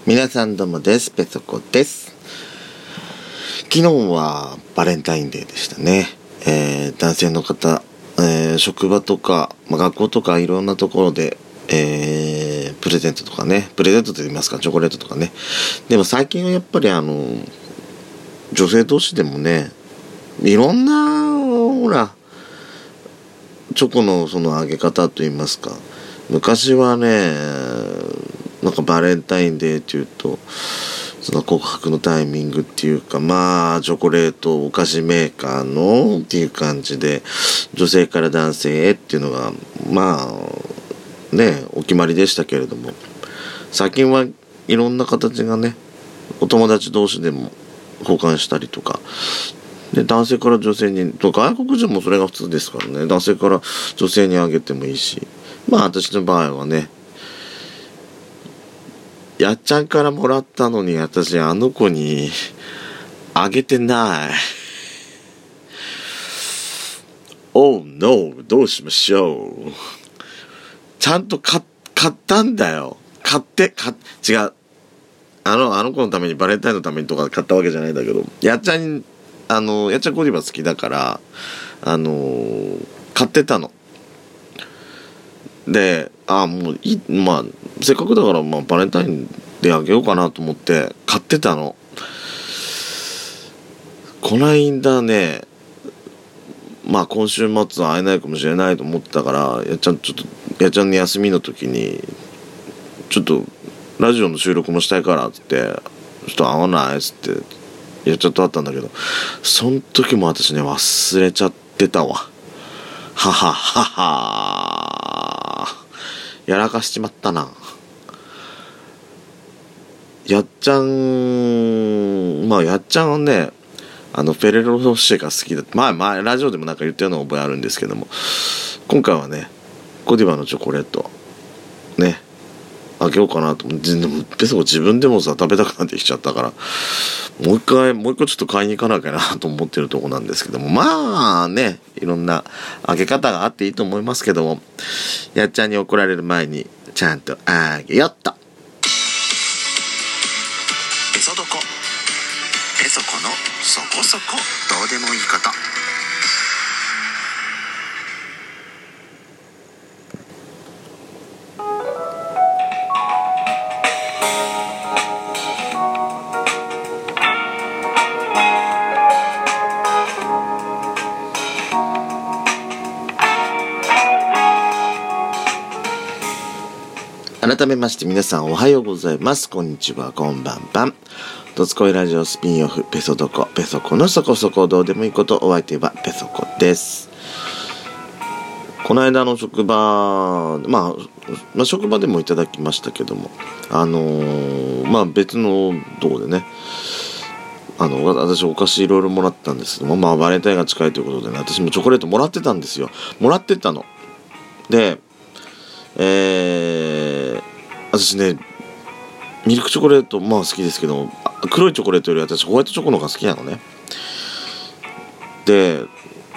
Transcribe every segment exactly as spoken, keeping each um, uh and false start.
皆さんどうもです。ペソコです。昨日はバレンタインデーでしたね。えー、男性の方、えー、職場とか、まあ、学校とかいろんなところで、えー、プレゼントとかね、プレゼントと言いますか、チョコレートとかね。でも最近はやっぱりあの、女性同士でもね、いろんな、ほら、チョコのそのあげ方と言いますか、昔はね、なんかバレンタインデーっていうとその告白のタイミングっていうか、まあチョコレートお菓子メーカーのっていう感じで女性から男性へっていうのがまあねお決まりでしたけれども、最近はいろんな形がね、お友達同士でも交換したりとかで、男性から女性に、外国人もそれが普通ですからね、男性から女性にあげてもいいし、まあ私の場合はね、やっちゃんからもらったのに私あの子にあげてない。Oh no、 どうしましょう。ちゃんと買、買ったんだよ。買って、買っ、違う。あの、あの子のためにバレンタインのためにとか買ったわけじゃないんだけど、やっちゃんに、あの、やっちゃんコーディバ好きだから、あのー、買ってたの。で、あもういい、まあせっかくだから、まあバレンタインであげようかなと思って買ってたの。こないだね、まあ今週末は会えないかもしれないと思ってたから、やっちゃんちょっとやっちゃんの休みの時にちょっとラジオの収録もしたいからっつって、ちょっと会わないっつってやっちゃってあったんだけど、そん時も私ね忘れちゃってたわ。ははははやらかしちまったな。やっちゃん、まあやっちゃんはね、あのフェレロロッシェが好きだ。まあまあラジオでもなんか言ったような覚えあるんですけども、今回はねゴディバのチョコレートねあげようかなと。でもペソコ自分でもさ食べたくなってきちゃったから、もう一回もう一個ちょっと買いに行かなきゃなと思ってるとこなんですけども、まあねいろんなあげ方があっていいと思いますけども、やっちゃんに怒られる前にちゃんとあげよっと。 ペソドコ、ペソコのそこそこどうでもいいこと。 改めまして皆さんおはようございます、こんにちは、こんばんばん。ドツコイラジオスピンオフペソドコ、ペソコのそこそこどうでもいいこと。お相手はペソコです。この間の職場、まあ、まあ、職場でもいただきましたけども、あのー、まあ別のとこでね、あの私お菓子いろいろもらったんですけども、まあバレンタインが近いということでね、私もチョコレートもらってたんですよ。もらってたので、えー、私ねミルクチョコレートまあ好きですけど、黒いチョコレートより私ホワイトチョコの方が好きなのね。で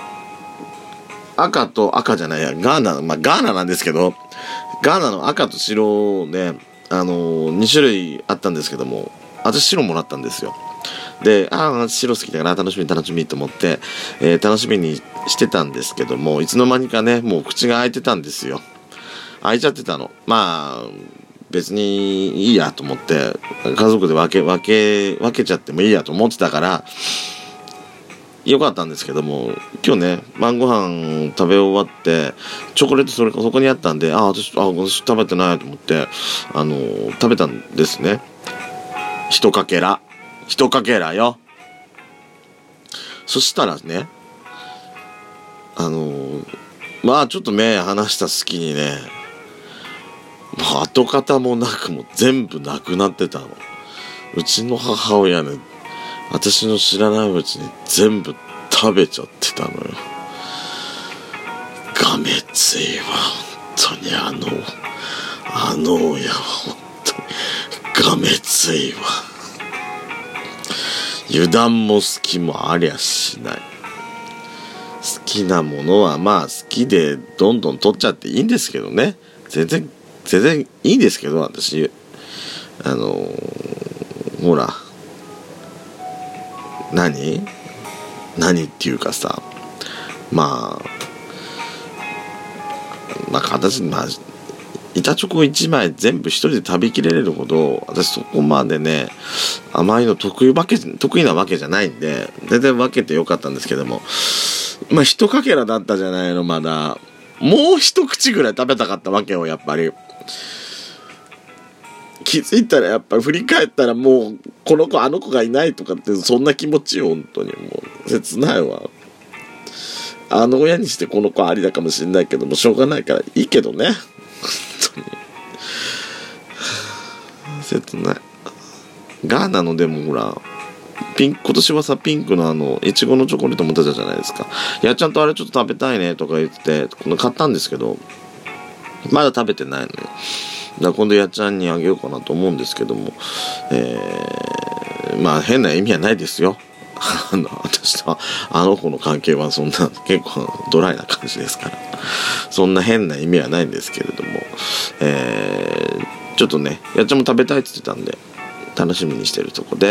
赤と赤じゃないやガーナ、まあガーナなんですけど、ガーナの赤と白で、あのー、に種類あったんですけども、私白もらったんですよ。で、ああ白好きだから楽しみ楽しみと思って、えー、楽しみにしてたんですけども、いつの間にかねもう口が開いてたんですよ。開いちゃってたの。まあ別にいいやと思って家族で分け分け分けちゃってもいいやと思ってたからよかったんですけども、今日ね晩ご飯食べ終わってチョコレートそれそこにあったんで、あ私あ私食べてないと思ってあの食べたんですね。一かけら一かけらよ。そしたらねあのまあちょっと目離した隙にね、もう跡形もなくもう全部なくなってたの。うちの母親ね、私の知らないうちに全部食べちゃってたのよ。がめついわ本当に。あのあの親は本当にがめついわ。油断も隙もありゃしない。好きなものはまあ好きでどんどん取っちゃっていいんですけどね、全然全然いいんですけど、私あのー、ほら何何っていうかさ、まあまあ形まあ板チョコいちまい全部一人で食べきれるほど私そこまでね甘いの得意わけ得意なわけじゃないんで全然分けてよかったんですけども、まあ一かけらだったじゃないの。まだもう一口ぐらい食べたかったわけよ。やっぱり気づいたらやっぱ振り返ったらもうこの子あの子がいないとかってそんな気持ちよ。本当にもう切ないわ。あの親にしてこの子ありだかもしれないけどもしょうがないからいいけどね。本当に切ない。ガーナのでもほらピン今年はさピンクのあのいちごのチョコレートも出たじゃないですか。やっちゃんとあれちょっと食べたいねとか言って今度買ったんですけどまだ食べてないのよ。だから今度やっちゃんにあげようかなと思うんですけども、えー、まあ変な意味はないですよ。あの私とあの子の関係はそんな結構ドライな感じですからそんな変な意味はないんですけれども、えー、ちょっとねやっちゃんも食べたいって言ってたんで楽しみにしてるとこです。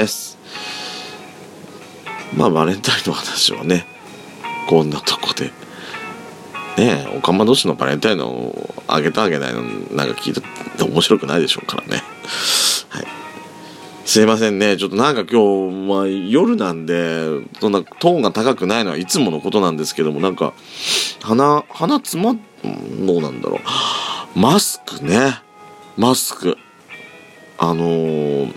まあバレンタインの話はねこんなとこでねえ、おかま同士のバレンタインのあげたあげないのなんか聞いたって面白くないでしょうからね。はい、すいませんね。ちょっとなんか今日、まあ、夜なんでそんなトーンが高くないのはいつものことなんですけども、なんか鼻鼻詰まっどうなんだろう。マスクねマスクあのー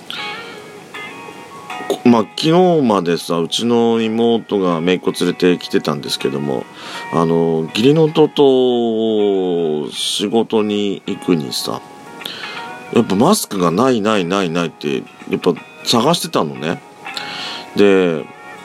まあ昨日までさうちの妹が姪っ子連れてきてたんですけども、あの義理の弟と仕事に行くにさやっぱマスクがないないないないってやっぱ探してたのね。で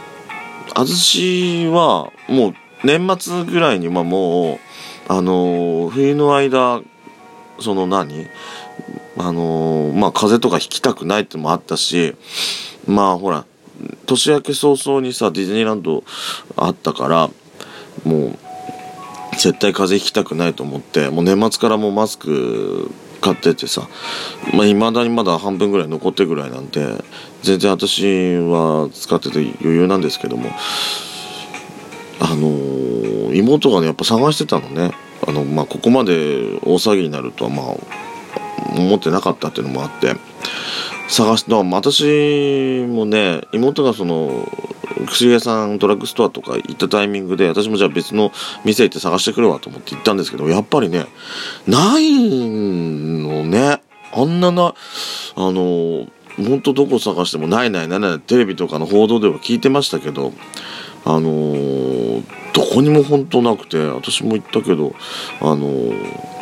私はもう年末ぐらいにまあもうあの冬の間その何あのまあ風邪とかひきたくないってのもあったし、まあほら年明け早々にさディズニーランドあったからもう絶対風邪ひきたくないと思ってもう年末からもうマスク買っててさ、まあ未だにまだ半分ぐらい残ってるぐらいなんで全然私は使ってて余裕なんですけども、あのー、妹がねやっぱ探してたのね。あのまあここまで大騒ぎになるとはまあ思ってなかったっていうのもあって探して、私もね妹がその薬屋さんドラッグストアとか行ったタイミングで私もじゃあ別の店行って探してくるわと思って行ったんですけどやっぱりねないのね。あんななあのほんとどこ探してもないないないないテレビとかの報道では聞いてましたけどあのー、どこにもほんとなくて私も行ったけどあのー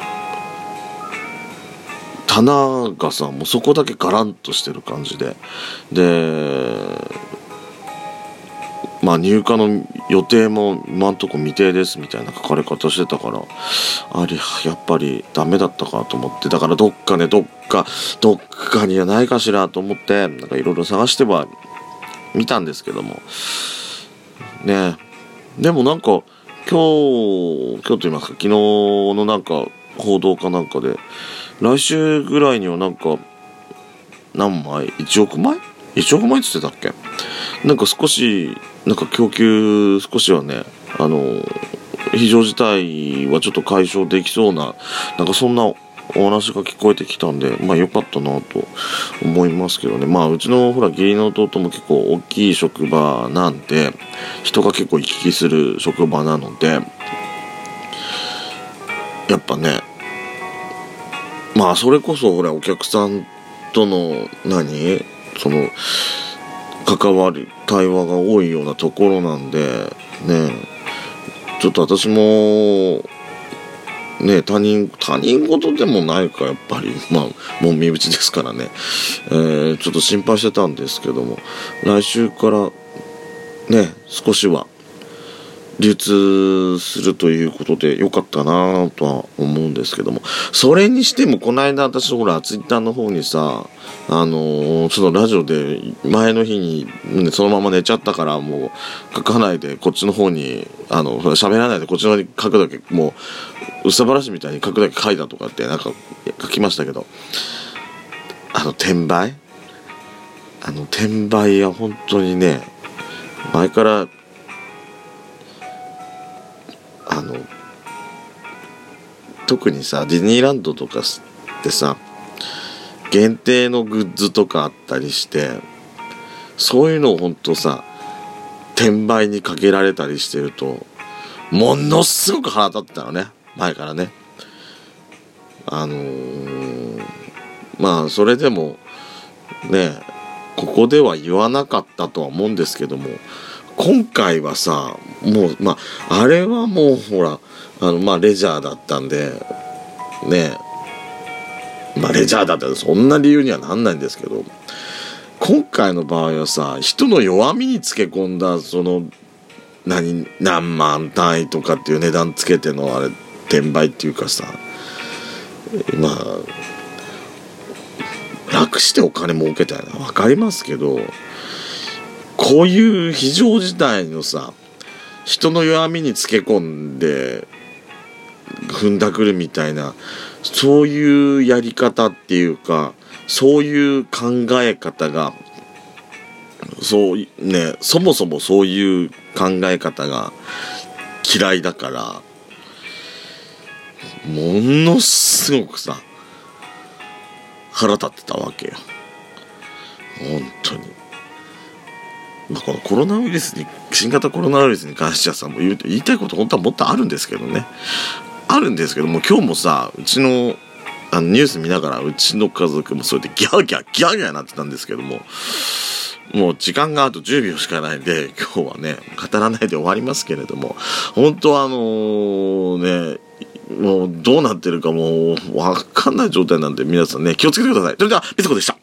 棚がさもうそこだけガランとしてる感じででまあ入荷の予定も今んとこ未定ですみたいな書かれ方してたからあれやっぱりダメだったかと思ってだからどっかねどっかどっかにはないかしらと思ってなんかいろいろ探しては見たんですけどもね。でもなんか今日今日と言いますか昨日のなんか報道かなんかで来週ぐらいにはなんか何枚いちおくまいいちおくまいって言ってたっけ。なんか少しなんか供給少しはねあの非常事態はちょっと解消できそうななんかそんなお話が聞こえてきたんでまあ良かったなと思いますけどね。まあうちのほら義理の弟も結構大きい職場なんで人が結構行き来する職場なのでやっぱねまあそれこそほらお客さんとの何その関わり対話が多いようなところなんでねちょっと私もね他人他人事でもないかやっぱりまあもう身内ですからね、えー、ちょっと心配してたんですけども来週からね少しは流通するということで良かったなとは思うんですけどもそれにしてもこの間私ほらツイッターの方にさあのー、そのラジオで前の日に、ね、そのまま寝ちゃったからもう書かないでこっちの方にあの喋らないでこっちの方に書くだけもううさばらしみたいに書くだけ書いたとかってなんか書きましたけどああの転売あの転売は本当にね、前からあの特にさディズニーランドとかってさ限定のグッズとかあったりして、そういうのをほんとさ転売にかけられたりしてるとものすごく腹立ってたのね、前からね。あのー、まあそれでもねここでは言わなかったとは思うんですけども、今回はさもうまああれはもうほらあのまあレジャーだったんでね、まあレジャーだったらそんな理由にはなんないんですけど、今回の場合はさ人の弱みにつけ込んだその何何万単位とかっていう値段つけてのあれ転売っていうかさ、まあ楽してお金儲けたいのは分かりますけど、こういう非常事態のさ人の弱みにつけ込んで踏んだくるみたいな、そういうやり方っていうかそういう考え方がそうね、そもそもそういう考え方が嫌いだから、ものすごくさ腹立ってたわけよ本当に。まあ、このコロナウイルスに新型コロナウイルスに関してはさもう言う言いたいこと本当はもっとあるんですけどね、あるんですけども、今日もさうちのあのニュース見ながらうちの家族もそうやってギャーギャーギャーギャーなってたんですけども、もう時間があとじゅうびょうしかないんで今日はね語らないで終わりますけれども、本当はあのー、ねもうどうなってるかもう分かんない状態なんで皆さんね気をつけてください。それではみつこでした。